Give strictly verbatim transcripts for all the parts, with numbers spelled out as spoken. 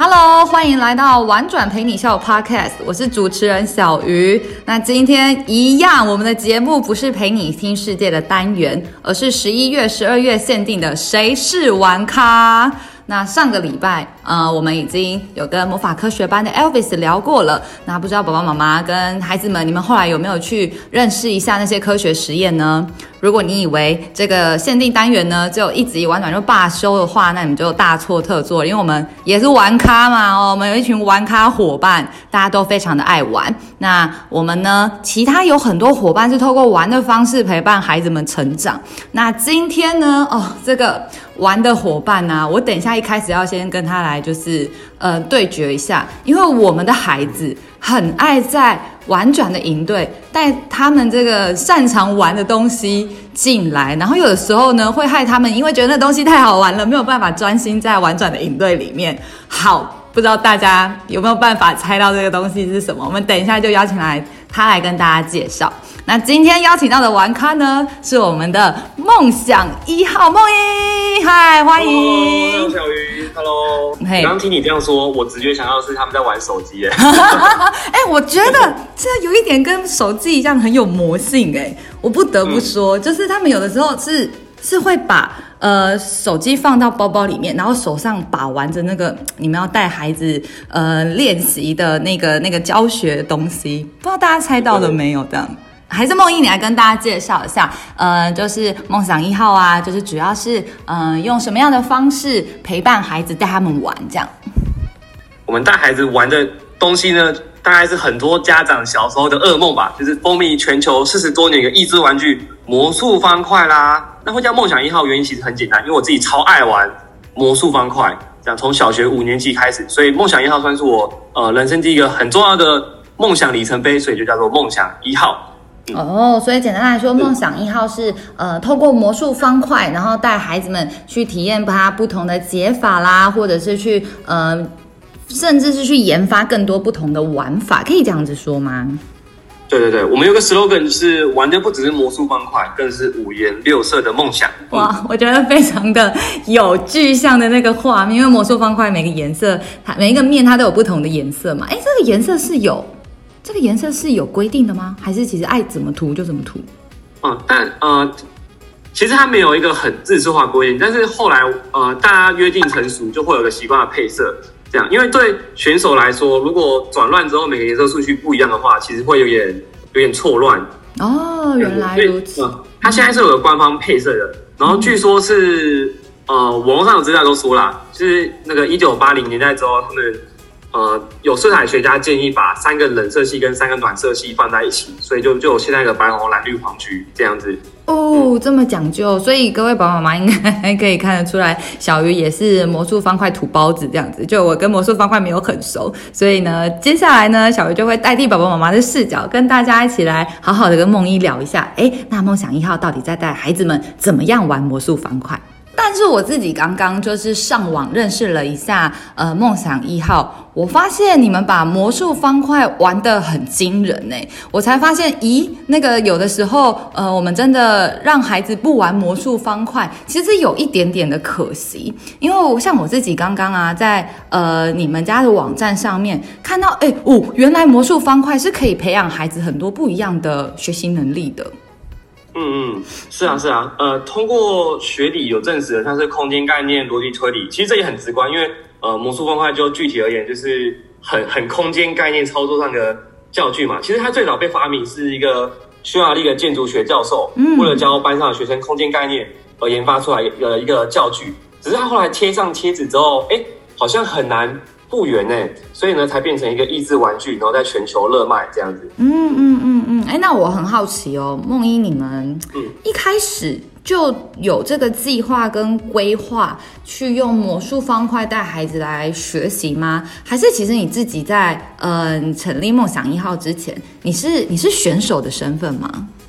Hello， 欢迎来到玩转陪你笑 Podcast， 我是主持人小鱼。那今天一样，我们的节目不是陪你听世界的单元，而是十一月、十二月限定的谁是玩咖。那上个礼拜，呃，我们已经有跟魔法科学班的 Elvis 聊过了。那不知道爸爸妈妈跟孩子们，你们后来有没有去认识一下那些科学实验呢？如果你以为这个限定单元呢，只有一集玩转就罢休的话，那你们就大错特错了，因为我们也是玩咖嘛，哦，我们有一群玩咖伙伴，大家都非常的爱玩。那我们呢，其他有很多伙伴是透过玩的方式陪伴孩子们成长。那今天呢，哦，这个玩的伙伴啊，我等一下一开始要先跟他来就是呃对决一下，因为我们的孩子很爱在玩转的营队带他们这个擅长玩的东西进来，然后有的时候呢会害他们因为觉得那东西太好玩了，没有办法专心在玩转的营队里面。好，不知道大家有没有办法猜到这个东西是什么？我们等一下就邀请来他来跟大家介绍。那今天邀请到的玩咖呢，是我们的梦想一号梦一，嗨，欢迎。 Hello， 小鱼 ，Hello。Hey. 刚刚听你这样说，我直觉想到的是他们在玩手机，哎， 哎，我觉得这有一点跟手机一样很有魔性，哎，我不得不说，嗯、就是他们有的时候是是会把呃手机放到包包里面，然后手上把玩着那个你们要带孩子呃练习的那个那个教学的东西，不知道大家猜到了没有？这样。还是梦一，你来跟大家介绍一下，呃，就是梦想一号啊，就是主要是呃用什么样的方式陪伴孩子，带他们玩这样。 我们带孩子玩的东西呢，大概是很多家长小时候的噩梦吧，就是风靡全球四十多年的益智玩具魔术方块啦。那会叫梦想一号，原因其实很简单，因为我自己超爱玩魔术方块，这样从小学五年级开始，所以梦想一号算是我呃人生第一个很重要的梦想里程碑，所以就叫做梦想一号。 哦，所以简单来说，梦想一号是呃透过魔术方块，然后带孩子们去体验它不同的解法啦，或者是去呃甚至是去研发更多不同的玩法，可以这样子说吗？ 对对对，我们有个 slogan 就是玩的不只是魔术方块，更是五颜六色的梦想。 哇，我觉得非常的有具象的那个画面，因为魔术方块每个颜色，它每一个面它都有不同的颜色嘛。哎，这个颜色是有。这个颜色是有规定的吗？还是其实爱怎么涂就怎么涂？ 嗯，但呃，其实它没有一个很自式化规定，但是后来呃，大家约定成熟，就会有个习惯的配色，这样。因为对选手来说，如果转乱之后每个颜色数据不一样的话，其实会有点有点错乱。 哦，原来如此。 嗯，它现在是有个官方配色的，然后据说是、嗯、呃，网络上有资料都说啦，就是那个一九八零年代之后，他们。呃，有色彩学家建议把三个冷色系跟三个暖色系放在一起，所以就就有现在的白红蓝绿黄橘这样子。 哦，这么讲究，所以各位爸爸妈妈应该可以看得出来，小鱼也是魔术方块土包子这样子。就我跟魔术方块没有很熟，所以呢，接下来呢，小鱼就会代替爸爸妈妈的视角，跟大家一起来好好的跟梦一聊一下。哎，那梦想一号到底在带孩子们怎么样玩魔术方块？但是我自己刚刚就是上网认识了一下，呃，梦想一号，我发现你们把魔术方块玩得很惊人欸，我才发现，咦，那个有的时候，呃，我们真的让孩子不玩魔术方块，其实有一点点的可惜，因为我像我自己刚刚啊，在呃你们家的网站上面看到，哎，哦，原来魔术方块是可以培养孩子很多不一样的学习能力的。 嗯嗯，是啊是啊，呃，通过学理有证实的，像是空间概念、逻辑推理，其实这也很直观，因为呃，魔术方块就具体而言，就是很很空间概念操作上的教具嘛。其实它最早被发明是一个匈牙利的建筑学教授，嗯，为了教班上的学生空间概念而研发出来的一个教具。只是他后来贴上贴纸之后，哎，好像很难复原呢，所以呢，才变成一个益智玩具，然后在全球热卖这样子。 嗯嗯嗯嗯，哎，那我很好奇哦，梦一，你们一开始就有这个计划跟规划，去用魔术方块带孩子来学习吗？还是其实你自己在呃成立梦想一号之前，你是你是选手的身份吗？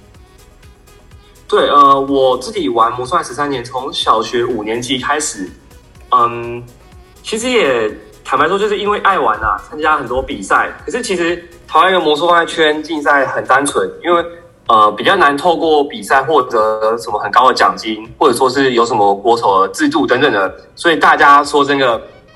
对，呃，我自己玩魔术十三年，从小学五年级开始，嗯，其实也。坦白说，就是因为爱玩啊，参加很多比赛。可是其实台湾的魔术方块圈竞赛很单纯，因为呃比较难透过比赛获得什么很高的奖金，或者说是有什么国手的制度等等的，所以大家说真的会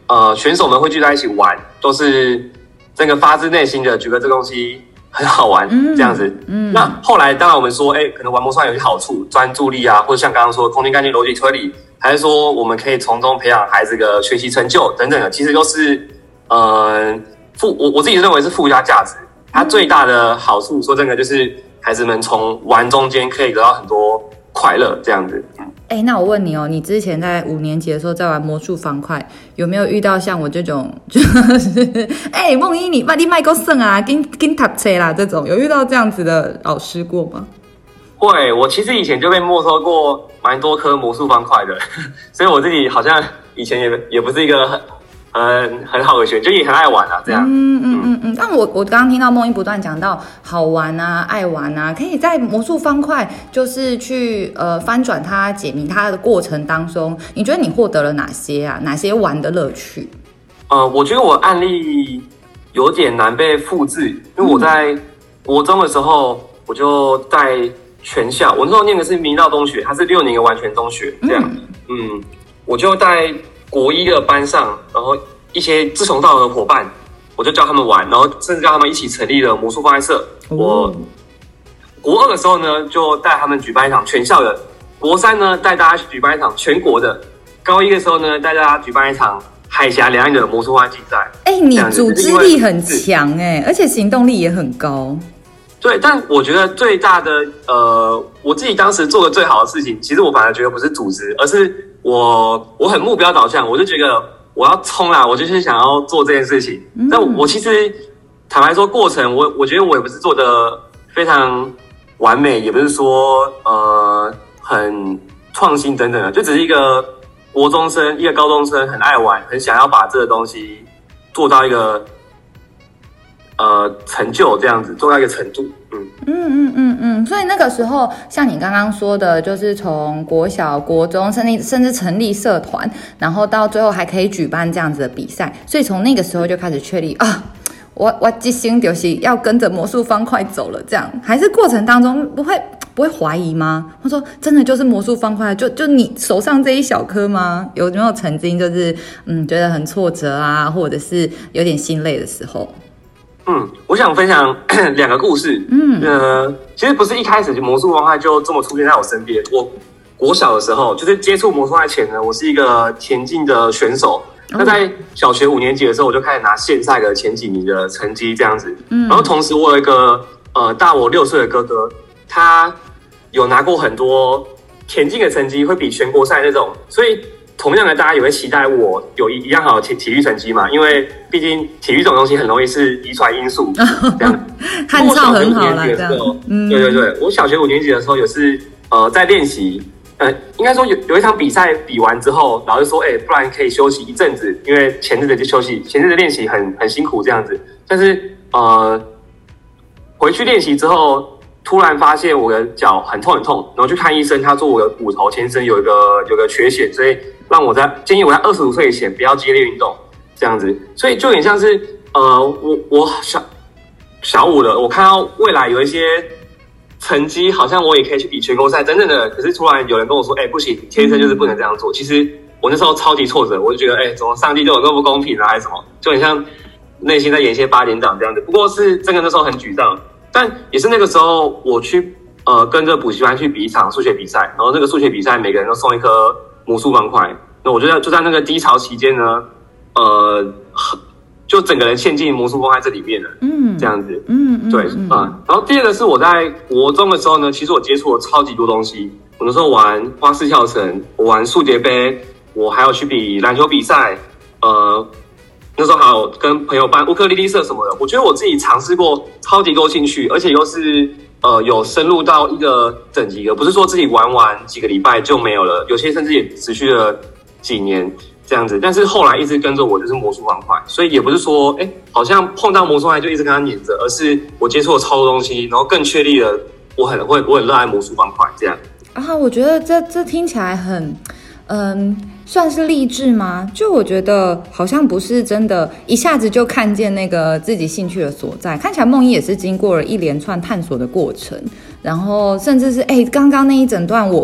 呃选手们会聚在一起玩，都是这个发自内心的觉得这东西很好玩，嗯、这样子。嗯，那后来当然我们说，哎，可能玩魔术有些好处，专注力啊，或者像刚刚说的空间概念、逻辑推理，还是说我们可以从中培养孩子的学习成就等等的，其实都是呃附我我自己认为是附加价值。它最大的好处，说真的，就是孩子们从玩中间可以得到很多快乐，这样子。 哎、欸，那我问你哦，你之前在五年级的时候在玩魔术方块，有没有遇到像我这种，就是哎，梦一你你卖够剩啊，跟跟读册啦这种，有遇到这样子的老师过吗？ 会，我其实以前就被没收过蛮多颗魔术方块的，所以我自己好像以前也也不是一个很。很很好的学，就也很爱玩啊，这样。 嗯嗯嗯嗯。但我我刚刚听到梦一不断讲到好玩啊、爱玩啊，可以在魔术方块就是去呃翻转它、解谜它的过程当中，你觉得你获得了哪些啊？哪些玩的乐趣？ 呃，我觉得我案例有点难被复制，因为我在国中的时候，我就在全校，我那时候念的是明道中学，它是六年的完全中学，这样。嗯, 嗯，我就在国一的班上，然后一些志同道合的伙伴，我就教他们玩，然后甚至叫他们一起成立了魔术方块社。哦、我国二的时候呢，就带他们举办一场全校的；国三呢，带大家举办一场全国的；高一的时候呢，带大家举办一场海峡两岸的魔术方块竞赛。 哎、欸，你组织力很强哎、欸，而且行动力也很高。 对，但我觉得最大的呃，我自己当时做的最好的事情，其实我反而觉得不是组织，而是我我很目标导向，我就觉得我要冲啦，我就是想要做这件事情。嗯、但我其实坦白说，过程我我觉得我也不是做的非常完美，也不是说呃很创新等等的，就只是一个国中生，一个高中生，很爱玩，很想要把这个东西做到一个。呃，成就这样子做到一个程度，嗯嗯嗯嗯嗯，所以那个时候，像你刚刚说的，就是从国小、国中，甚至甚至成立社团，然后到最后还可以举办这样子的比赛，所以从那个时候就开始确立啊，我我即心就是要跟着魔术方块走了，这样还是过程当中不会不会怀疑吗？他说真的就是魔术方块，就就你手上这一小颗吗？有没有曾经就是嗯觉得很挫折啊，或者是有点心累的时候？ 嗯，我想分享两个故事。嗯，呃，其实不是一开始就魔术方块就这么出现在我身边。我国小的时候，就是接触魔术方块前呢，我是一个田径的选手。那在小学五年级的时候，我就开始拿县赛的前几名的成绩这样子。嗯，然后同时我有一个呃大我六岁的哥哥，他有拿过很多田径的成绩，会比全国赛那种，所以。同样的，大家也会期待我有一样好的体体育成绩嘛？因为毕竟体育这种东西很容易是遗传因素，这样。 汉超很好啦，这样。 嗯，对对对，我小学五年级的时候有是呃在练习，呃，应该说有有一场比赛比完之后，老师说，哎、欸，不然可以休息一阵子，因为前日的就休息，前日的练习很很辛苦这样子。但是呃，回去练习之后。突然发现我的脚很痛很痛，然后去看医生，他说我的骨头前身有一个有个缺陷，所以让我在建议我在二十五岁以前不要激烈运动，这样子，所以就有点像是呃，我我小小五了，我看到未来有一些成绩，好像我也可以去比全国赛等等的，可是突然有人跟我说，哎、欸，不行，天生就是不能这样做。其实我那时候超级挫折，我就觉得，哎、欸，怎么上帝对我那么不公平啊，还是什么，就很像内心在演一些八点档这样子。不过是真的那时候很沮丧。但也是那个时候，我去呃跟着补习班去比一场数学比赛，然后那个数学比赛每个人都送一颗魔术方块。那我觉得就在那个低潮期间呢，呃，就整个人陷进魔术方块这里面了，嗯，这样子，嗯，嗯对啊、嗯呃。然后第二个是我在国中的时候呢，其实我接触了超级多东西。我那时候玩花式跳绳，我玩数节杯，我还有去比篮球比赛，呃。那时候还有跟朋友办乌克丽丽社什么的，我觉得我自己尝试过超级多兴趣，而且又是呃有深入到一个等级的，不是说自己玩完几个礼拜就没有了，有些甚至也持续了几年这样子。但是后来一直跟着我就是魔术方块，所以也不是说哎、欸、好像碰到魔术方块就一直跟他黏着，而是我接触了超多东西，然后更确立了我很会我很热爱魔术方块这样。 啊，我觉得这这听起来很嗯。算是励志吗？就我觉得好像不是真的一下子就看见那个自己兴趣的所在，看起来梦一也是经过了一连串探索的过程，然后甚至是哎，刚刚那一整段我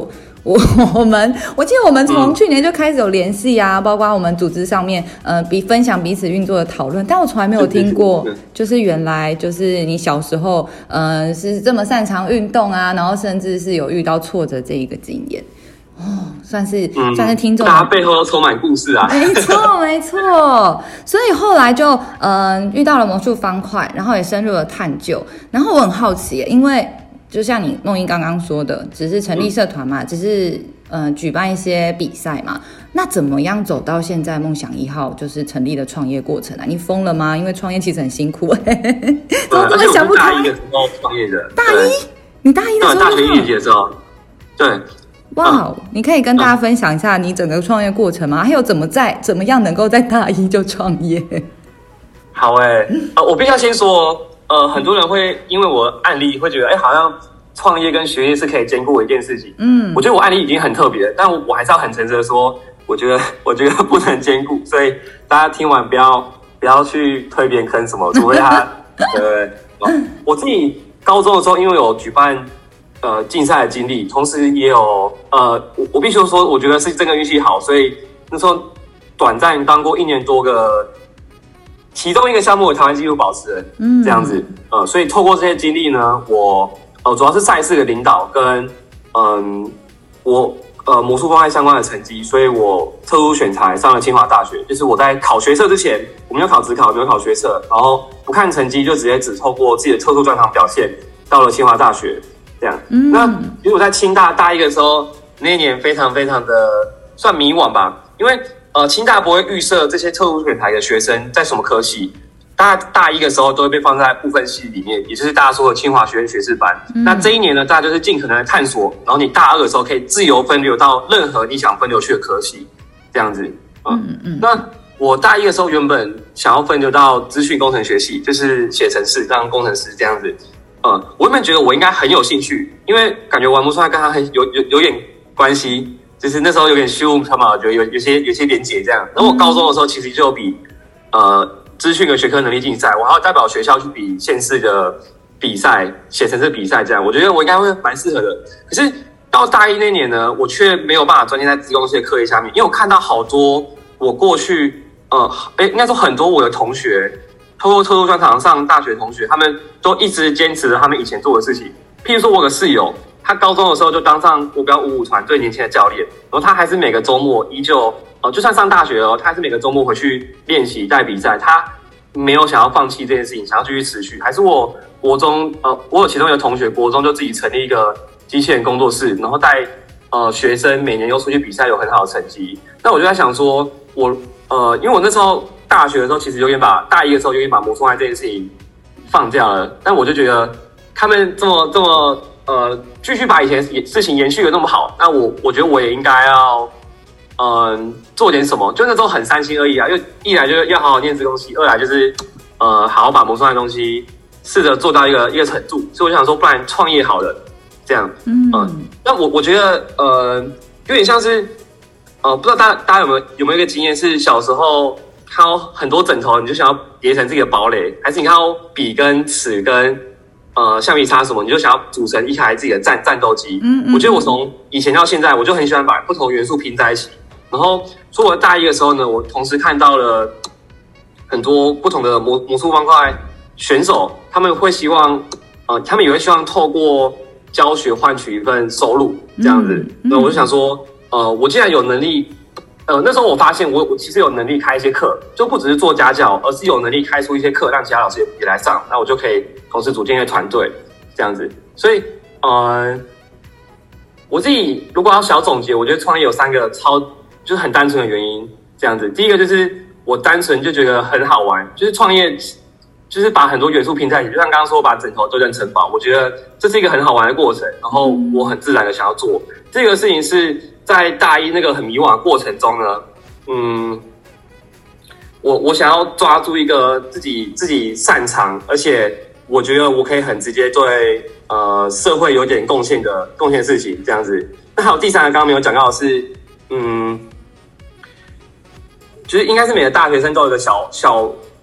我我们我记得我们从去年就开始有联系啊，嗯、包括我们组织上面呃比分享彼此运作的讨论，但我从来没有听过，就是原来就是你小时候呃是这么擅长运动啊，然后甚至是有遇到挫折这一个经验。哦，算是、嗯、算是听众， 大家背后都充满故事啊。 没错，没错。所以后来就嗯、呃、遇到了魔术方块，然后也深入了探究。然后我很好奇，因为就像你梦英刚刚说的，只是成立社团嘛，嗯、只是呃举办一些比赛嘛。那怎么样走到现在梦想一号就是成立的创业过程啊？你疯了吗？因为创业其实很辛苦哎、欸，怎么这么想不开？ 大一的时候创业的， 大一，你大一的时候， 大学一年级的时候，对。 哇、wow, 嗯，你可以跟大家分享一下你整个创业过程吗？还有怎么在怎么样能够在大一就创业？ 好哎、欸，呃，我必须要先说，呃，很多人会因为我案例会觉得，哎、欸，好像创业跟学业是可以兼顾的一件事情。嗯，我觉得我案例已经很特别，但我还是要很诚实的说，我觉得我觉得不能兼顾，所以大家听完不要不要去推别人坑什么，除非他呃，我自己高中的时候因为有举办。呃，竞赛的经历，同时也有呃，我我必须说，我觉得是真的运气好，所以那时候短暂当过一年多个其中一个项目的台湾纪录保持人，嗯，这样子，呃，所以透过这些经历呢，我呃主要是赛事的领导跟嗯、呃、我呃魔术方块相关的成绩，所以我特殊选材上了清华大学，就是我在考学测之前，我没有考指考，没有考学测，然后不看成绩就直接只透过自己的特殊专长表现到了清华大学。这样，嗯、那其实我在清大大一的时候，那一年非常非常的算迷惘吧，因为呃清大不会预设这些特殊选材的学生在什么科系，大家大一的时候都会被放在部分系里面，也就是大家说的清华学院学士班。嗯、那这一年呢，大家就是尽可能的探索，然后你大二的时候可以自由分流到任何你想分流去的科系，这样子啊。嗯嗯嗯那我大一的时候原本想要分流到资讯工程学系，就是写程式当工程师这样子。呃，我原本觉得我应该很有兴趣，因为感觉玩魔术跟他很有有有点关系，就是那时候有点虚无缥缈，觉得有有些有些连结这样。然后我高中的时候其实就有比呃资讯跟学科能力竞赛，我还要代表学校去比县市的比赛，写程式比赛这样。我觉得我应该会蛮适合的。可是到大一那年呢，我却没有办法专心在资工系的课业下面，因为我看到好多我过去呃，哎，应该说很多我的同学。透过特殊专长上大学同学，他们都一直坚持着他们以前做的事情。譬如说，我有个室友，他高中的时候就当上国标五五团最年轻的教练，然后他还是每个周末依旧，呃，就算上大学了，他还是每个周末回去练习带比赛，他没有想要放弃这件事情，想要继续持续。还是我国中，呃，我有其中一个同学，国中就自己成立一个机器人工作室，然后带呃学生每年又出去比赛，有很好的成绩。那我就在想说，我呃，因为我那时候。大学的时候，其实有点把大一的时候有点把魔术方块这件事情放掉了，但我就觉得他们这么这么呃继续把以前事情延续的那么好，那我我觉得我也应该要嗯、呃、做点什么，就那时候很三心二意啊，因为一来就是要好好念资工系，二来就是呃好好把魔术方块的东西试着做到一个一个程度，所以我就想说，不然创业好了，这样，嗯，呃、那我我觉得呃有点像是呃不知道大家大家有没有有没有一个经验是小时候。看到很多枕头，你就想要叠成自己的堡垒，还是你看到笔跟尺跟呃橡皮擦什么，你就想要组成一台自己的战战斗机？嗯嗯。我觉得我从以前到现在，我就很喜欢把不同元素拼在一起。然后，所以我大一的时候呢，我同时看到了很多不同的魔魔术方块选手，他们会希望呃，他们也会希望透过教学换取一份收入，这样子。那、嗯嗯、我就想说，呃，我既然有能力。呃，那时候我发现我我其实有能力开一些课，就不只是做家教，而是有能力开出一些课，让其他老师也也来上，那我就可以同时组建一个团队，这样子。所以，呃，我自己如果要小总结，我觉得创业有三个超就是很单纯的原因，这样子。第一个就是我单纯就觉得很好玩，就是创业就是把很多元素拼在一起，就像刚刚说我把枕头丢进城堡，我觉得这是一个很好玩的过程，然后我很自然的想要做这个事情是。在大一那个很迷惘的过程中呢，嗯，我我想要抓住一个自己自己擅长，而且我觉得我可以很直接对呃社会有点贡献的贡献的事情，这样子。那还有第三个，刚刚没有讲到的是，嗯，就是应该是每个大学生都有一个小小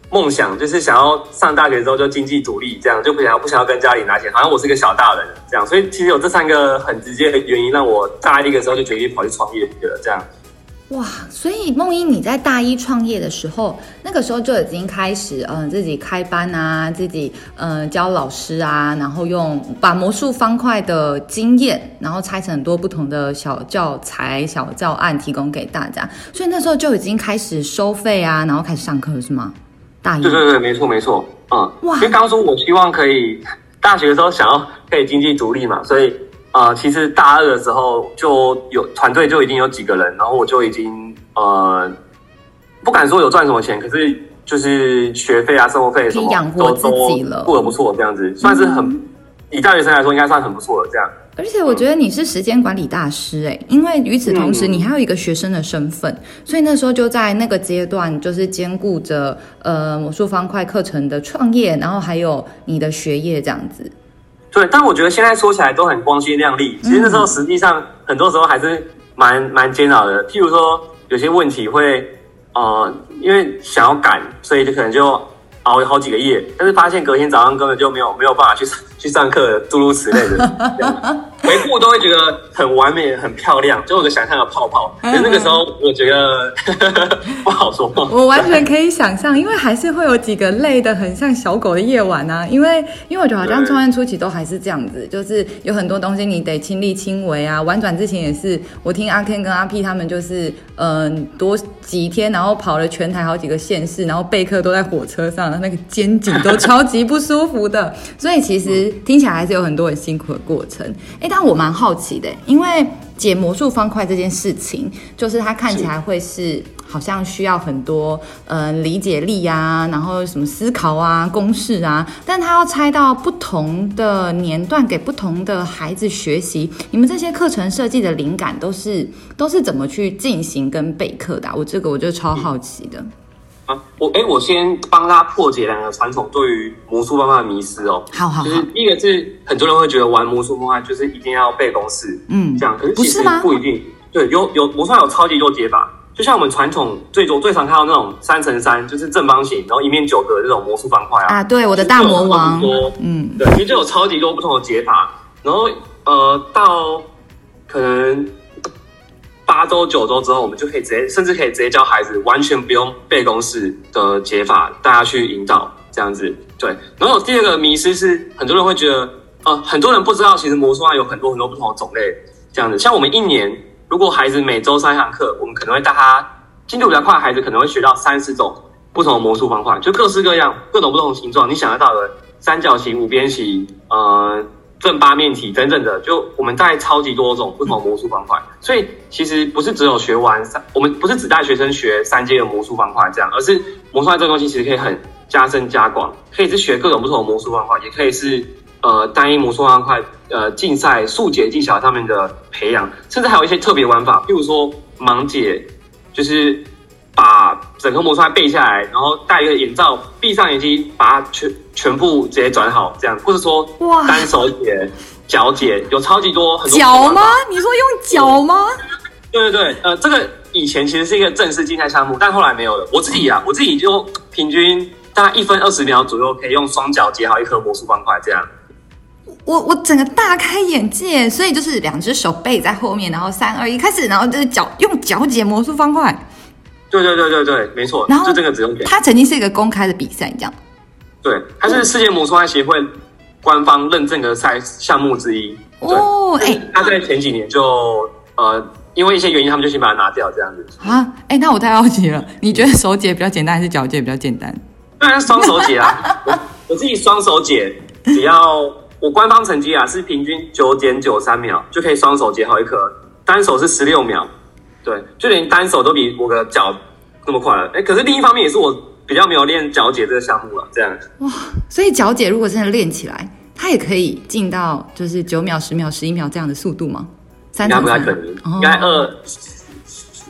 梦想，就是想要上大学之后就经济独立，这样就不想要不想要跟家里拿钱，好像我是个小大人这样。所以其实有这三个很直接的原因，让我大一的时候就决定跑去创业了，这样。 哇，所以梦英你在大一创业的时候，那个时候就已经开始，嗯、呃，自己开班啊，自己嗯、呃、教老师啊，然后用把魔术方块的经验，然后拆成很多不同的小教材、小教案提供给大家。所以那时候就已经开始收费啊，然后开始上课是吗？大一？ 对对对，没错没错，嗯，哇，因为刚刚说我希望可以大学的时候想要可以经济独立嘛，所以。呃，其实大二的时候就有团队就已经有几个人，然后我就已经呃不敢说有赚什么钱，可是就是学费啊、生活费什么可以养活自己了， 过得不错，这样子算是很、嗯、以大学生来说应该算很不错的这样。 而且我觉得你是时间管理大师哎、欸，因为与此同时你还有一个学生的身份，嗯、所以那时候就在那个阶段就是兼顾着呃魔术方块课程的创业，然后还有你的学业这样子。 对，但我觉得现在说起来都很光鲜亮丽，其实那时候实际上很多时候还是蛮蛮煎熬的。譬如说有些问题会呃，因为想要赶，所以就可能就熬好几个夜，但是发现隔天早上根本就没有没有办法去去上课，诸如此类的。每一步都会觉得很完美、很漂亮，就有个想象的泡泡。可是那个时候，我觉得不好说。 我完全可以想象，因为还是会有几个累的很像小狗的夜晚啊。因为因为我觉得好像创业初期都还是这样子，就是有很多东西你得亲力亲为啊。玩转之前也是，我听阿 Ken 跟阿 P 他们就是嗯、呃、多几天，然后跑了全台好几个县市，然后备课都在火车上，那个肩颈都超级不舒服的。所以其实听起来还是有很多很辛苦的过程。哎，但我蛮好奇的，因为解魔术方块这件事情，就是它看起来会是好像需要很多呃理解力啊，然后什么思考啊、公式啊，但它要拆到不同的年段给不同的孩子学习。你们这些课程设计的灵感都是都是怎么去进行跟备课的、啊？我这个我就超好奇的。 啊、我哎、欸，我先帮大家破解两个传统对于魔术方块的迷思哦。 好好好， 就是第一个是很多人会觉得玩魔术方块就是一定要背公式，嗯，这样，可是其实不一定。对，有有魔术有超级多解法，就像我们传统最多最常看到那种三乘三，就是正方形，然后一面九格这种魔术方块啊。 啊，对，我的大魔王。 嗯，对，其实就有超级多不同的解法，然后呃，到可能。八周九周之后，我们就可以直接，甚至可以直接教孩子完全不用背公式的解法，大家去引导这样子。对，然后第二个迷思是，很多人会觉得，呃，很多人不知道，其实魔术方块有很多很多不同的种类，这样子。像我们一年，如果孩子每周三堂课，我们可能会带他进度比较快的孩子，可能会学到三十种不同的魔术方块，就各式各样、各种不同的形状，你想得到的三角形、五边形，呃。正八面体等等的，就我们带超级多种不同的魔术方块，所以其实不是只有学完三，我们不是只带学生学三阶的魔术方块这样，而是魔术方块这个东西其实可以很加深加广，可以是学各种不同的魔术方块，也可以是呃单一魔术方块呃竞赛速解技巧上面的培养，甚至还有一些特别玩法，譬如说盲解，就是把整个魔术方块背下来，然后戴一个眼罩，闭上眼睛，把它全全部直接转好，这样，或者说单手解、脚解，有超级多很多。 脚吗？你说用脚吗？ 对对对，呃，这个以前其实是一个正式竞赛项目，但后来没有了。我自己啊，我自己就平均大概一分二十秒左右，可以用双脚解好一颗魔术方块，这样。 我我整个大开眼界，所以就是两只手背在后面，然后三二一开始，然后就是脚用脚解魔术方块。 对对对对对，没错，就这个只用点。 它曾经是一个公开的比赛，这样。 对，它是世界魔术方块协会官方认证的赛项目之一。哦，哎、欸，它在前几年就呃，因为一些原因，他们就先把它拿掉，这样子。 啊，哎、欸，那我太好奇了，你觉得手解比较简单，还是脚解比较简单？ 当然双手解啊，我我自己双手解，只要我官方成绩啊是平均九点九三秒就可以双手解好一颗，单手是十六秒。对，就连单手都比我的脚那么快了。哎，可是另一方面也是我比较没有练脚解这个项目了，这样。 哇，所以脚解如果真的练起来，它也可以进到就是九秒、十秒、十一秒这样的速度吗？ 应该不太可能，哦、应该二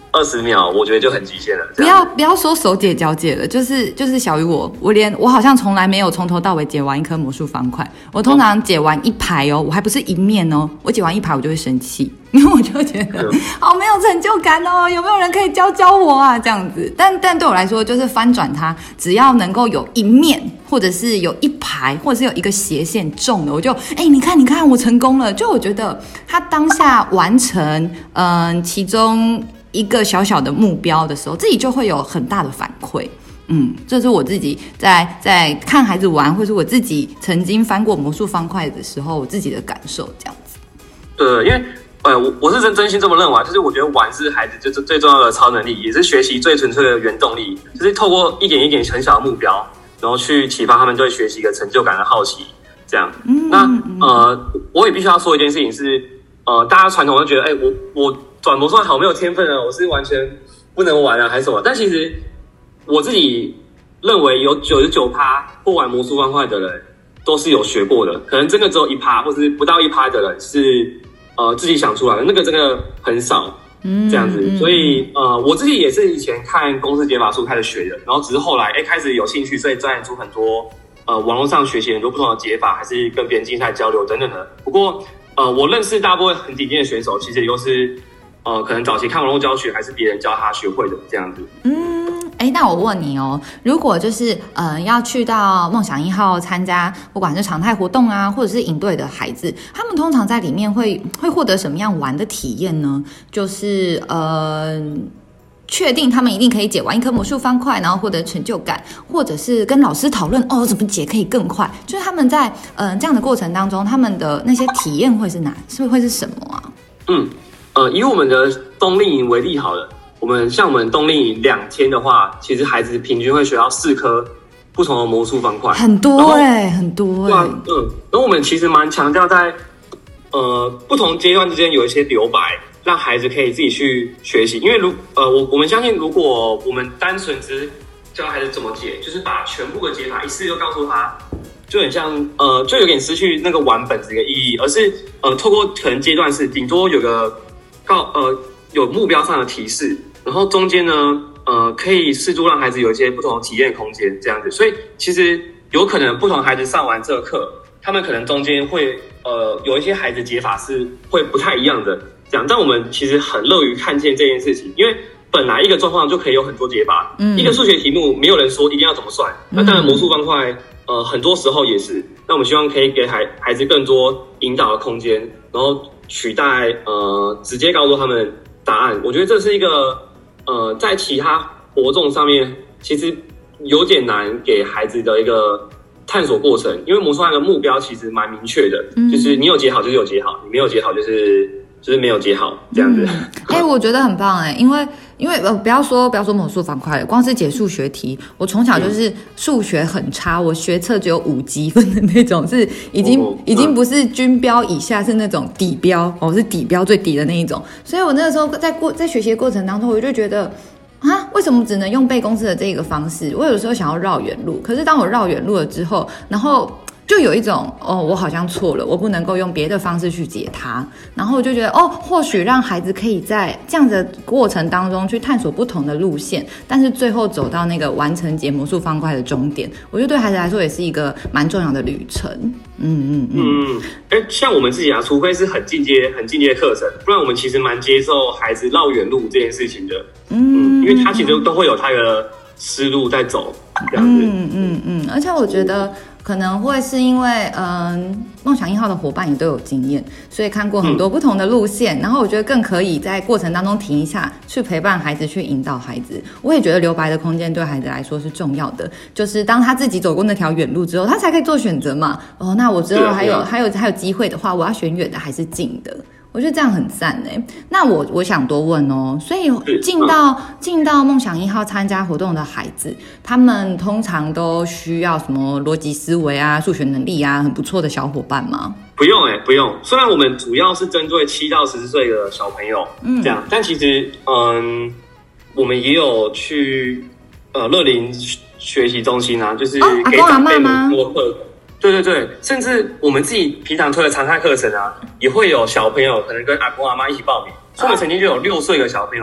二十秒，我觉得就很极限了。 不要不要说手解交界了，就是就是小于我，我连我好像从来没有从头到尾解完一颗魔术方块。我通常解完一排哦，我还不是一面哦，我解完一排我就会生气。因为我就觉得好没有成就感哦，有没有人可以教教我啊？这样子，但但对我来说，就是翻转它，只要能够有一面，或者是有一排，或者是有一个斜线中了，我就哎、欸，你看，你看，我成功了。就我觉得他当下完成，嗯、呃，其中一个小小的目标的时候，自己就会有很大的反馈。嗯，这是我自己在在看孩子玩，或是我自己曾经翻过魔术方块的时候，我自己的感受这样子。 对，因为。呃，我我是真真心这么认为，就是我觉得玩是孩子最最重要的超能力，也是学习最纯粹的原动力，就是透过一点一点很小的目标，然后去启发他们对学习一个成就感的好奇，这样。嗯、那呃，我也必须要说一件事情是，呃，大家传统都觉得，哎、欸，我我转魔术好没有天分啊，我是完全不能玩啊，还是什么？但其实我自己认为有九十九趴不玩魔术方块的人都是有学过的，可能真的只有一趴或是不到一趴的人是。呃，自己想出来的那个真的很少，这样子，嗯嗯、所以呃，我自己也是以前看公式解法书开始学的，然后只是后来哎开始有兴趣，所以钻研出很多呃网络上学习很多不同的解法，还是跟别人竞赛交流等等的。不过呃，我认识大部分很顶尖的选手，其实也都是呃可能早期看网络教学，还是别人教他学会的这样子。 嗯。哎，那我问你哦，如果就是呃要去到梦想一号参加，不管是常态活动啊，或者是营队的孩子，他们通常在里面会会获得什么样玩的体验呢？就是呃，确定他们一定可以解完一颗魔术方块，然后获得成就感，或者是跟老师讨论哦怎么解可以更快。就是他们在呃这样的过程当中，他们的那些体验会是哪？是会是什么啊？ 嗯呃，以我们的冬令营为例好了。我们像我们冬令营两天的话，其实孩子平均会学到四颗不同的魔术方块， 很多哎、欸，很多哎、欸。 嗯，然后我们其实蛮强调在呃不同阶段之间有一些留白，让孩子可以自己去学习。因为如呃我我们相信，如果我们单纯只是教孩子怎么解，就是把全部的解法一次就告诉他，就很像呃就有点失去那个玩本质的意义，而是呃透过可能阶段式，顶多有个告呃有目标上的提示。然后中间呢，呃，可以适度让孩子有一些不同的体验空间，这样子。所以其实有可能不同孩子上完这个课，他们可能中间会呃有一些孩子解法是会不太一样的，这样。但我们其实很乐于看见这件事情，因为本来一个状况就可以有很多解法，嗯，一个数学题目没有人说一定要怎么算，那当然魔术方块，呃，很多时候也是。那我们希望可以给孩孩子更多引导的空间，然后取代呃直接告诉他们答案。我觉得这是一个。呃，在其他活动上面，其实有点难给孩子的一个探索过程，因为魔术那个目标其实蛮明确的，嗯、就是你有解好就是有解好，你没有解好就是就是没有解好这样子。 哎、嗯欸，我觉得很棒哎，因为因为呃，不要说不要说魔术方块了，光是解数学题，我从小就是数学很差，我学测只有五积分的那种，是已经、哦、已经不是均标以下，是那种底标，我、哦、是底标最底的那一种，所以我那个时候在过在学习的过程当中，我就觉得。啊，为什么只能用背公式的这个方式？我有时候想要绕远路，可是当我绕远路了之后，然后就有一种哦，我好像错了，我不能够用别的方式去解它。然后我就觉得哦，或许让孩子可以在这样的过程当中去探索不同的路线，但是最后走到那个完成解魔术方块的终点，我觉得对孩子来说也是一个蛮重要的旅程。嗯嗯嗯，哎、嗯，像我们自己啊，除非是很进阶、很进阶的课程，不然我们其实蛮接受孩子绕远路这件事情的。嗯，嗯因为他其实都会有他的思路在走，这样子。 嗯嗯嗯，而且我觉得可能会是因为，嗯，梦想一号的伙伴也都有经验，所以看过很多不同的路线，嗯、然后我觉得更可以在过程当中停一下，去陪伴孩子，去引导孩子。我也觉得留白的空间对孩子来说是重要的，就是当他自己走过那条远路之后，他才可以做选择嘛。哦，那我之后还有、啊啊、还有还有机会的话，我要选远的还是近的？我觉得这样很赞哎。那我我想多问哦，所以进到进到梦想一号参加活动的孩子，他们通常都需要什么逻辑思维啊、数学能力啊，很不错的小伙伴吗？ 不用哎，不用。虽然我们主要是针对七到十四岁的小朋友，嗯，这样，但其实嗯，我们也有去呃乐龄学习中心啊，就是给长辈们多课。对对对，甚至我们自己平常推的常态课程啊，也会有小朋友可能跟阿公阿妈一起报名。所以我们曾经就有六岁的小朋友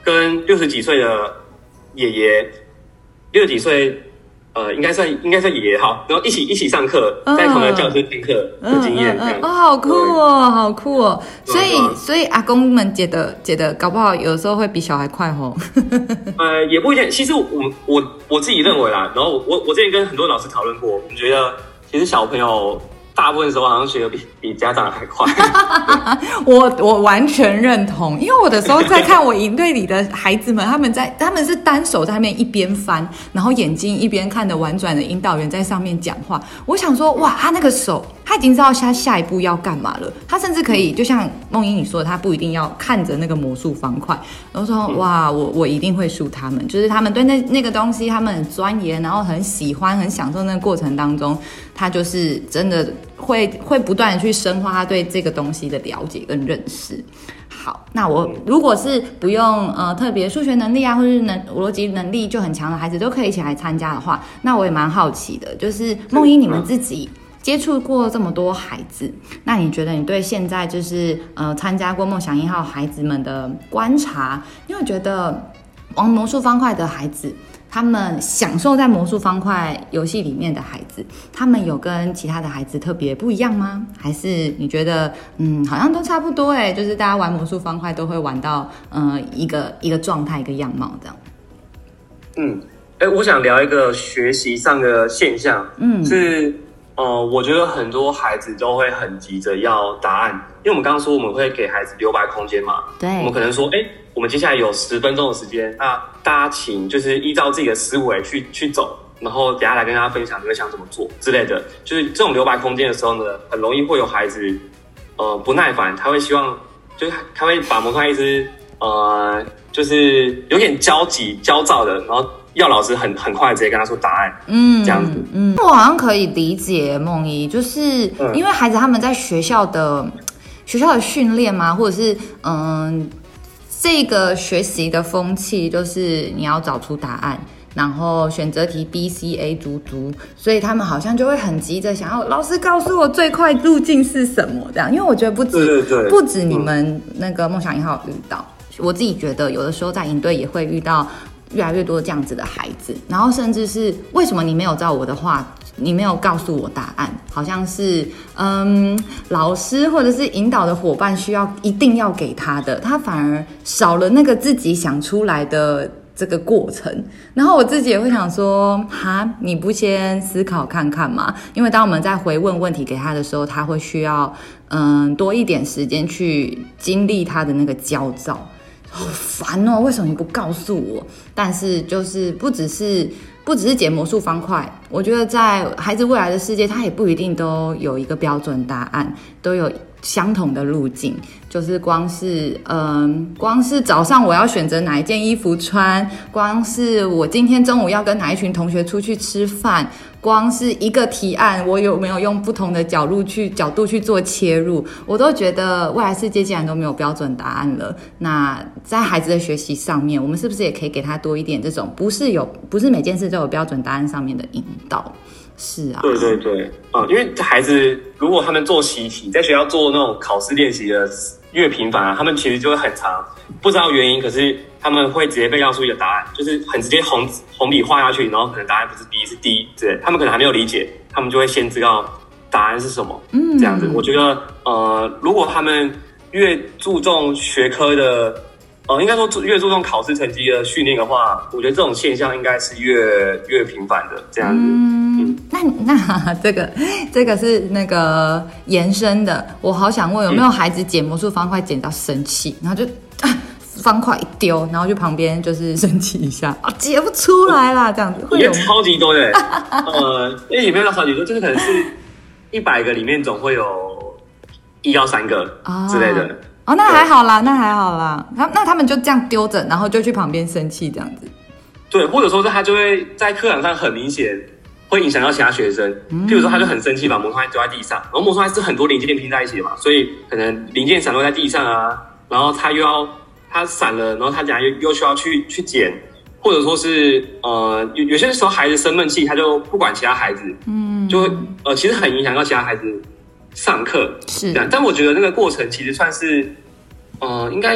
跟六十几岁的爷爷，六十几岁。呃，应该算应该算爷爷好，然后一起一起上课，在同一个教室听课的经验，这样、 嗯嗯嗯、哦，好酷哦，好酷哦。所以、嗯、所以阿公们觉得觉得搞不好有时候会比小孩快吼。 呃，也不一定。其实我我我自己认为啦，然后我我之前跟很多老师讨论过，我觉得其实小朋友大部分时候好像学的比比家长还快。 我我完全认同，因为我的时候在看我营队里的孩子们，他们在他们是单手在那边一边翻，然后眼睛一边看着婉转的引导员在上面讲话。我想说，哇，他那个手，他已经知道他下一步要干嘛了。他甚至可以，就像梦英你说的，他不一定要看着那个魔术方块。然后说，哇，我我一定会输他们，就是他们对那那个东西，他们很钻研，然后很喜欢，很享受那个过程当中，他就是真的会会不断的去深化他对这个东西的了解跟认识。好，那我如果是不用呃特别数学能力啊，或是能逻辑能力就很强的孩子都可以一起来参加的话，那我也蛮好奇的，就是梦英你们自己接触过这么多孩子，那你觉得你对现在就是呃参加过梦想一号孩子们的观察，你有觉得玩魔术方块的孩子，他们享受在魔术方块游戏里面的孩子，他们有跟其他的孩子特别不一样吗？还是你觉得嗯好像都差不多哎，就是大家玩魔术方块都会玩到呃一个一个状态一个样貌这样。 嗯，哎，我想聊一个学习上的现象，嗯，是呃，我觉得很多孩子都会很急着要答案，因为我们刚刚说我们会给孩子留白空间嘛， 对， 我们可能说，哎，我们接下来有十分钟的时间，那大家请就是依照自己的思维去去走，然后等一下来跟大家分享你会想怎么做之类的。就是这种留白空间的时候呢，很容易会有孩子呃不耐烦，他会希望就是他会把魔术一直呃就是有点焦急焦躁的，然后要老师很很快直接跟他说答案，嗯，这样子， 嗯，我好像可以理解梦怡，就是因为孩子他们在学校的、嗯、学校的训练嘛，或者是嗯这个学习的风气，就是你要找出答案，然后选择题 B C A 足足，所以他们好像就会很急着想要老师告诉我最快路径是什么这样，因为我觉得不止对对对不止你们那个梦想一号遇到，我自己觉得有的时候在营队也会遇到越来越多这样子的孩子，然后甚至是为什么你没有照我的话，你没有告诉我答案，好像是嗯老师或者是引导的伙伴需要一定要给他的，他反而少了那个自己想出来的这个过程。然后我自己也会想说，哈，你不先思考看看吗？因为当我们在回问问题给他的时候，他会需要嗯多一点时间去经历他的那个焦躁。好烦哦！为什么你不告诉我？但是就是不只是不只是解魔术方块，我觉得在孩子未来的世界，他也不一定都有一个标准答案，都有相同的路径。就是光是嗯，光是早上我要选择哪一件衣服穿，光是我今天中午要跟哪一群同学出去吃饭，光是一个提案，我有没有用不同的角度去角度去做切入，我都觉得未来世界既然都没有标准答案了，那在孩子的学习上面，我们是不是也可以给他多一点这种不是有不是每件事都有标准答案上面的引导？是啊， 对对对，啊、嗯，因为孩子如果他们做习题，在学校做那种考试练习的越频繁啊，他们其实就会很长，不知道原因，可是他们会直接被告诉一个答案，就是很直接红红笔画下去，然后可能答案不是 B 是 D 之类，他们可能还没有理解，他们就会先知道答案是什么，嗯，这样子，我觉得呃，如果他们越注重学科的。呃，应该说越注重考试成绩的训练的话，我觉得这种现象应该是越越频繁的这样子。嗯， 嗯那那这个这个是那个延伸的，我好想问，有没有孩子解魔术方块解到生气，然后就、啊、方块一丢，然后去旁边就是生气一下，啊，解不出来啦，这样子会有吗？ 超级多的，呃，因为也没有到超级多，就是可能是一百个里面总会有一到三个之类的。 哦，那还好啦，那还好啦。那那他们就这样丢着，然后就去旁边生气这样子。 对，或者说是他就会在课堂上很明显会影响到其他学生。嗯、譬如说，他就很生气，把魔术块丢在地上，然后魔术块是很多零件拼在一起的嘛，所以可能零件散落在地上啊，然后他又要他散了，然后他等下又又需要去去捡，或者说是呃有有些时候孩子生闷气，他就不管其他孩子，嗯，就会呃其实很影响到其他孩子。上课是这样，但我觉得那个过程其实算是，呃，应该是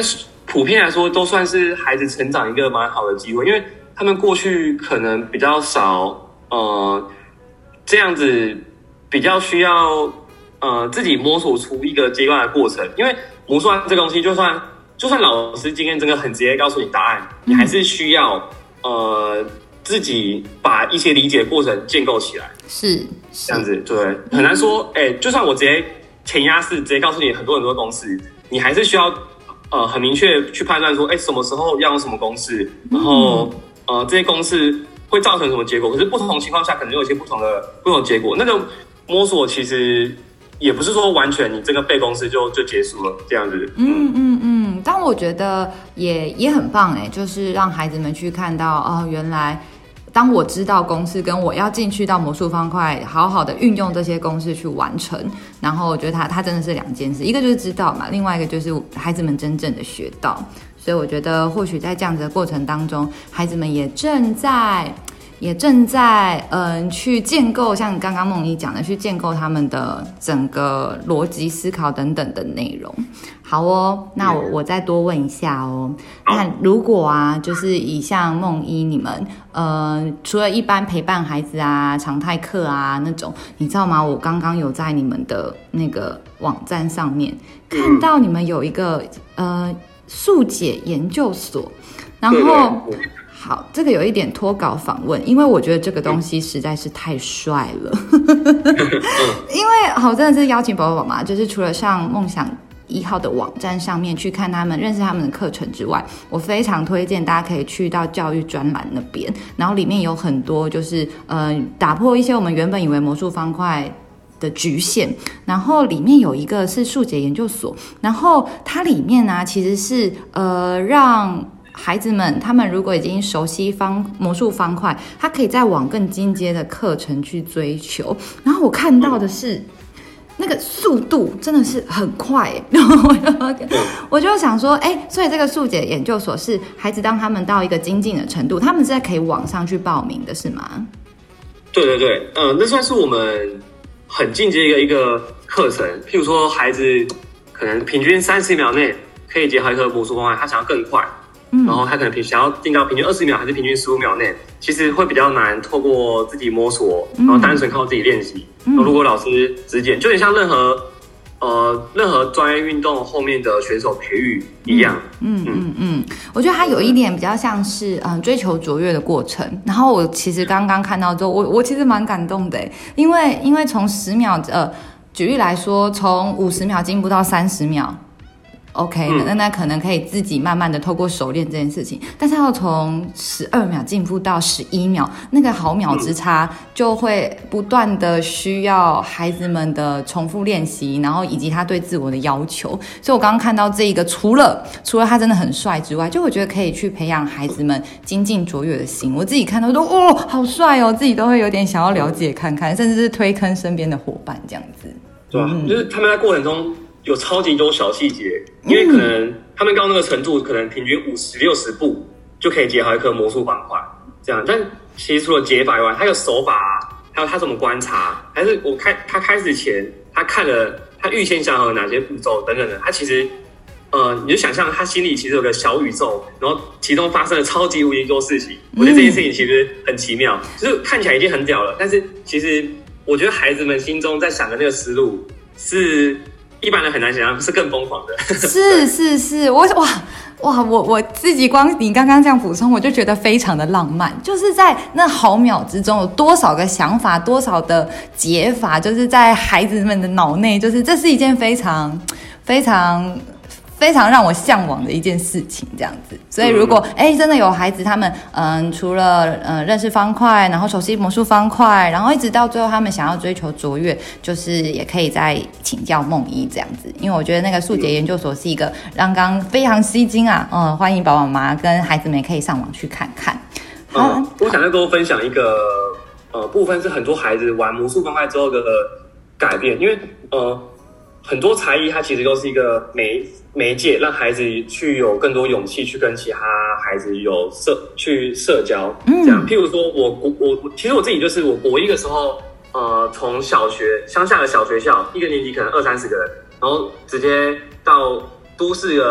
普遍来说都算是孩子成长一个蛮好的机会，因为他们过去可能比较少呃这样子比较需要呃自己摸索出一个阶段的过程，因为魔术这个东西就算就算老师今天真的很直接告诉你答案，你还是需要呃自己把一些理解过程建构起来， 是这样子，对，很难说，哎、欸，就算我直接填鸭式直接告诉你很多很多公式，你还是需要呃很明确去判断说，哎、欸，什么时候要用什么公式，然后、嗯、呃这些公式会造成什么结果，可是不同情况下可能有一些不同的不同的结果。那个摸索其实也不是说完全你这个背公式就就结束了这样子。 嗯嗯嗯，但我觉得也也很棒哎，就是让孩子们去看到哦，原来当我知道公式跟我要进去到魔术方块，好好的运用这些公式去完成，然后我觉得它它真的是两件事，一个就是知道嘛，另外一个就是孩子们真正的学到。所以我觉得或许在这样子的过程当中，孩子们也正在也正在嗯去建构，像刚刚梦怡讲的，去建构他们的整个逻辑思考等等的内容。好哦，那我我再多问一下哦。那如果啊，就是以像梦怡你们，呃，除了一般陪伴孩子啊、常态课啊那种，你知道吗？我刚刚有在你们的那个网站上面看到你们有一个呃速解研究所，然后。好，这个有一点脱稿访问，因为我觉得这个东西实在是太帅了。因为好，真的是邀请宝宝妈妈，就是除了上梦想一号的网站上面去看他们认识他们的课程之外，我非常推荐大家可以去到教育专栏那边，然后里面有很多就是呃打破一些我们原本以为魔术方块的局限，然后里面有一个是速解研究所，然后它里面呢、啊、其实是呃让孩子们他们如果已经熟悉方魔术方块，他可以再往更进阶的课程去追求。然后我看到的是、嗯、那个速度真的是很快，然后我就我就想说，哎，所以这个速解研究所是孩子当他们到一个精进的程度，他们是在可以网上去报名的，是吗？ 对对对，呃，那算是我们很进阶的一个课程。譬如说，孩子可能平均三十秒内可以结合一颗魔术方块，他想要更快。然后他可能想要定到平均二十秒还是平均十五秒内，其实会比较难透过自己摸索，然后单纯靠自己练习。嗯、如果老师指点，就有点像任何呃任何专业运动后面的选手培育一样。 嗯嗯 嗯, 嗯，我觉得它有一点比较像是嗯追求卓越的过程。然后我其实刚刚看到之后，我我其实蛮感动的，因为因为从十秒呃举例来说，从五十秒进步到三十秒。OK， 那、嗯、那可能可以自己慢慢的透过熟练这件事情，但是要从十二秒进步到十一秒，那个毫秒之差就会不断的需要孩子们的重复练习，然后以及他对自我的要求。所以我刚刚看到这一个，除了除了他真的很帅之外，就我觉得可以去培养孩子们精进卓越的心。我自己看到都哦好帅哦，自己都会有点想要了解看看，甚至是推坑身边的伙伴这样子。 对啊，嗯、就是他们在过程中。有超级多小细节，因为可能他们刚那个程度，可能平均五十六十步就可以结合一颗魔术方块，这样。但其实除了解法以外，还有手法、啊，还有他怎么观察，还是我开他开始前，他看了他预先想好了哪些步骤等等的，他其实呃，你就想象他心里其实有个小宇宙，然后其中发生了超级无敌多事情。我觉得这件事情其实很奇妙，就是看起来已经很屌了，但是其实我觉得孩子们心中在想的那个思路是。一般人很难想象，是更疯狂的。 是是是，我哇哇，我我自己光你刚刚这样补充，我就觉得非常的浪漫。就是在那毫秒之中，有多少个想法，多少的解法，就是在孩子们的脑内，就是这是一件非常非常。非常让我向往的一件事情，这样子。所以如果哎、欸、真的有孩子，他们嗯除了嗯认识方块，然后熟悉魔术方块，然后一直到最后他们想要追求卓越，就是也可以再请教梦怡这样子。因为我觉得那个速解研究所是一个刚刚非常吸睛啊，嗯，欢迎爸爸妈妈跟孩子们也可以上网去看看。 好，嗯、我想再跟我分享一个呃部分是很多孩子玩魔术方块之后的改变，因为呃很多才艺它其实都是一个媒媒介，让孩子去有更多勇气去跟其他孩子有社去社交，这样。嗯、譬如说我我我其实我自己就是我国一的时候，呃，从小学乡下的小学校，一个年级可能二三十个人，然后直接到都市的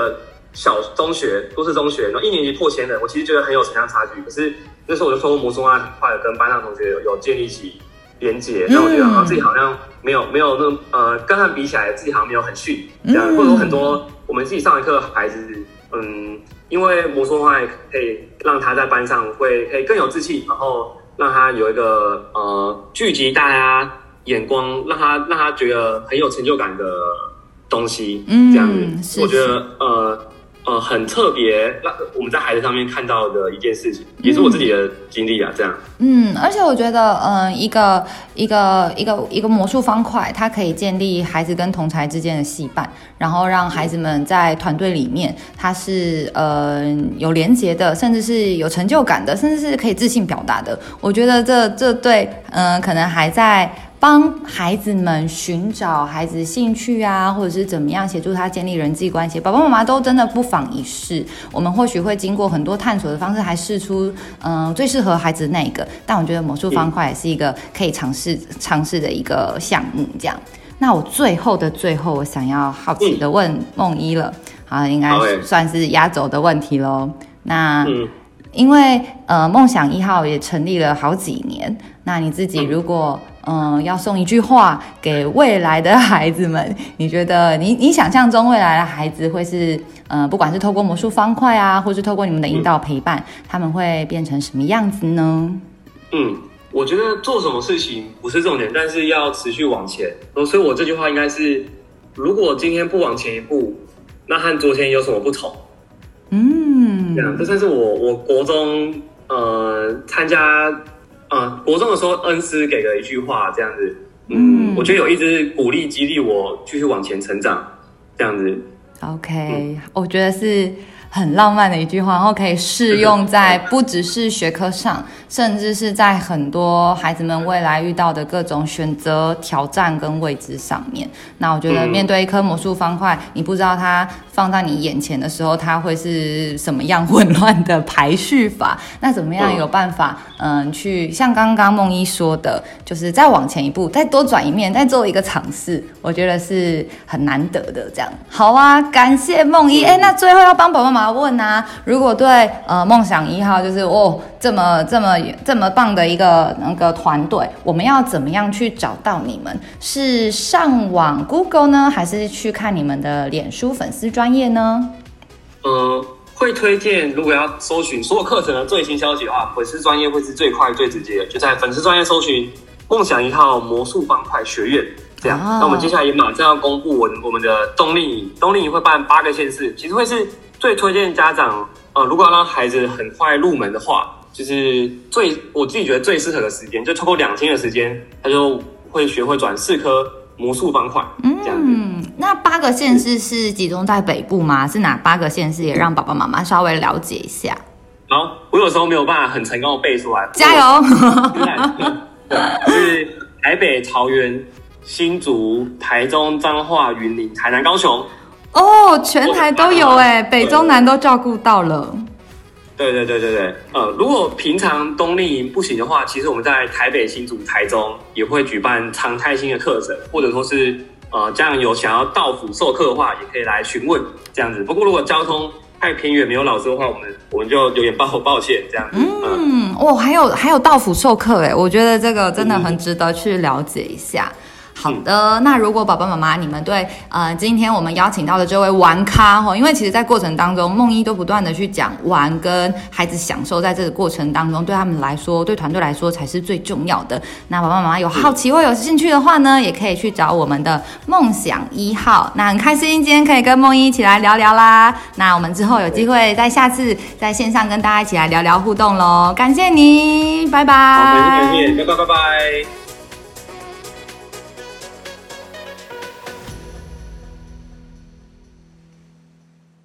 小中学都市中学，然后一年级破千人，我其实觉得很有城乡差距。可是那时候我就透过魔术方块，很快的跟班上同学有有建立起连结，让我觉得啊自己好像没有没有那呃跟他们比起来，自己好像没有很逊这样，或者说很多我们自己上的课的孩子，嗯，因为魔术方块可以让他在班上会可以更有志气，然后让他有一个呃聚集大家眼光，让他让他觉得很有成就感的东西，这样子，我觉得呃。呃，很特别，让我们在孩子上面看到的一件事情，也是我自己的经历啊，这样。 嗯，而且我觉得，嗯、呃，一个一个一个一个魔术方块，它可以建立孩子跟同儕之间的羁绊，然后让孩子们在团队里面，他是呃有连结的，甚至是有成就感的，甚至是可以自信表达的。我觉得这这对，嗯、呃，可能还在帮孩子们寻找孩子兴趣啊，或者是怎么样协助他建立人际关系，爸爸妈妈都真的不妨一试。我们或许会经过很多探索的方式，还试出嗯、呃、最适合孩子的那一个。但我觉得魔术方块也是一个可以尝试尝试的一个项目。这样，那我最后的最后，我想要好奇的问梦一了，好，应该算是压轴的问题咯。那因为呃梦想一号也成立了好几年，那你自己如果嗯、呃，要送一句话给未来的孩子们，你觉得你你想象中未来的孩子会是呃，不管是透过魔术方块啊，或是透过你们的引导陪伴，嗯、他们会变成什么样子呢？ 嗯，我觉得做什么事情不是重点，但是要持续往前。所以我这句话应该是：如果今天不往前一步，那和昨天有什么不同？嗯，这样，这算是我我国中呃参加。呃，国中的时候，恩师给了一句话，这样子，嗯，嗯我觉得有一直鼓励激励我继续往前成长，这样子。 OK，、嗯、我觉得是很浪漫的一句话，然后可以适用在不只是学科上，甚至是在很多孩子们未来遇到的各种选择、挑战跟未知上面。那我觉得面对一颗魔术方块，你不知道它放在你眼前的时候，它会是什么样混乱的排序法？那怎么样有办法，嗯，去像刚刚梦一说的，就是再往前一步，再多转一面，再做一个尝试，我觉得是很难得的。这样，好啊，感谢梦一。哎，那最后要帮爸爸妈妈问啊，如果对呃梦想一号就是哦这么这么这么棒的一个那个团队，我们要怎么样去找到你们？是上网 Google 呢，还是去看你们的脸书粉丝专页呢？ 呃，会推荐，如果要搜寻所有课程的最新消息的话，粉丝专页会是最快最直接的，就在粉丝专页搜寻梦想一号魔术方块学院。这样，那、哦、我们接下来也马上要公布我我们的冬令营，冬令营会办八个县市，其实会是最推荐家长，呃，如果要让孩子很快入门的话，就是最我自己觉得最适合的时间，就超过两天的时间，他就会学会转四颗魔术方块，这样子。 嗯，那八个县市是集中在北部吗？是哪八个县市？也让爸爸妈妈稍微了解一下。 好，我有时候没有办法很成功的背出来， 加油！ 是台北、桃园、新竹、台中、彰化、云林、台南、高雄。 哦，全台都有哎，北中南都照顾到了。 对对对对对，呃，如果平常冬令营不行的话，其实我们在台北、新竹、台中也会举办常态性的课程，或者说是呃家长有想要到府授课的话，也可以来询问这样子。不过如果交通太偏远没有老师的话，我们我们就有点抱抱歉这样子。 嗯，哦，还有还有到府授课哎，我觉得这个真的很值得去了解一下。好的，那如果爸爸妈妈你们对呃今天我们邀请到的这位玩咖齁，因为其实在过程当中梦一都不断的去讲玩跟孩子享受，在这个过程当中对他们来说，对团队来说才是最重要的。那爸爸妈妈有好奇或有兴趣的话呢，也可以去找我们的梦想一号。那很开心今天可以跟梦一一起来聊聊啦，那我们之后有机会在下次在线上跟大家一起来聊聊互动咯。感谢你，拜拜。 好，感谢，拜拜拜拜。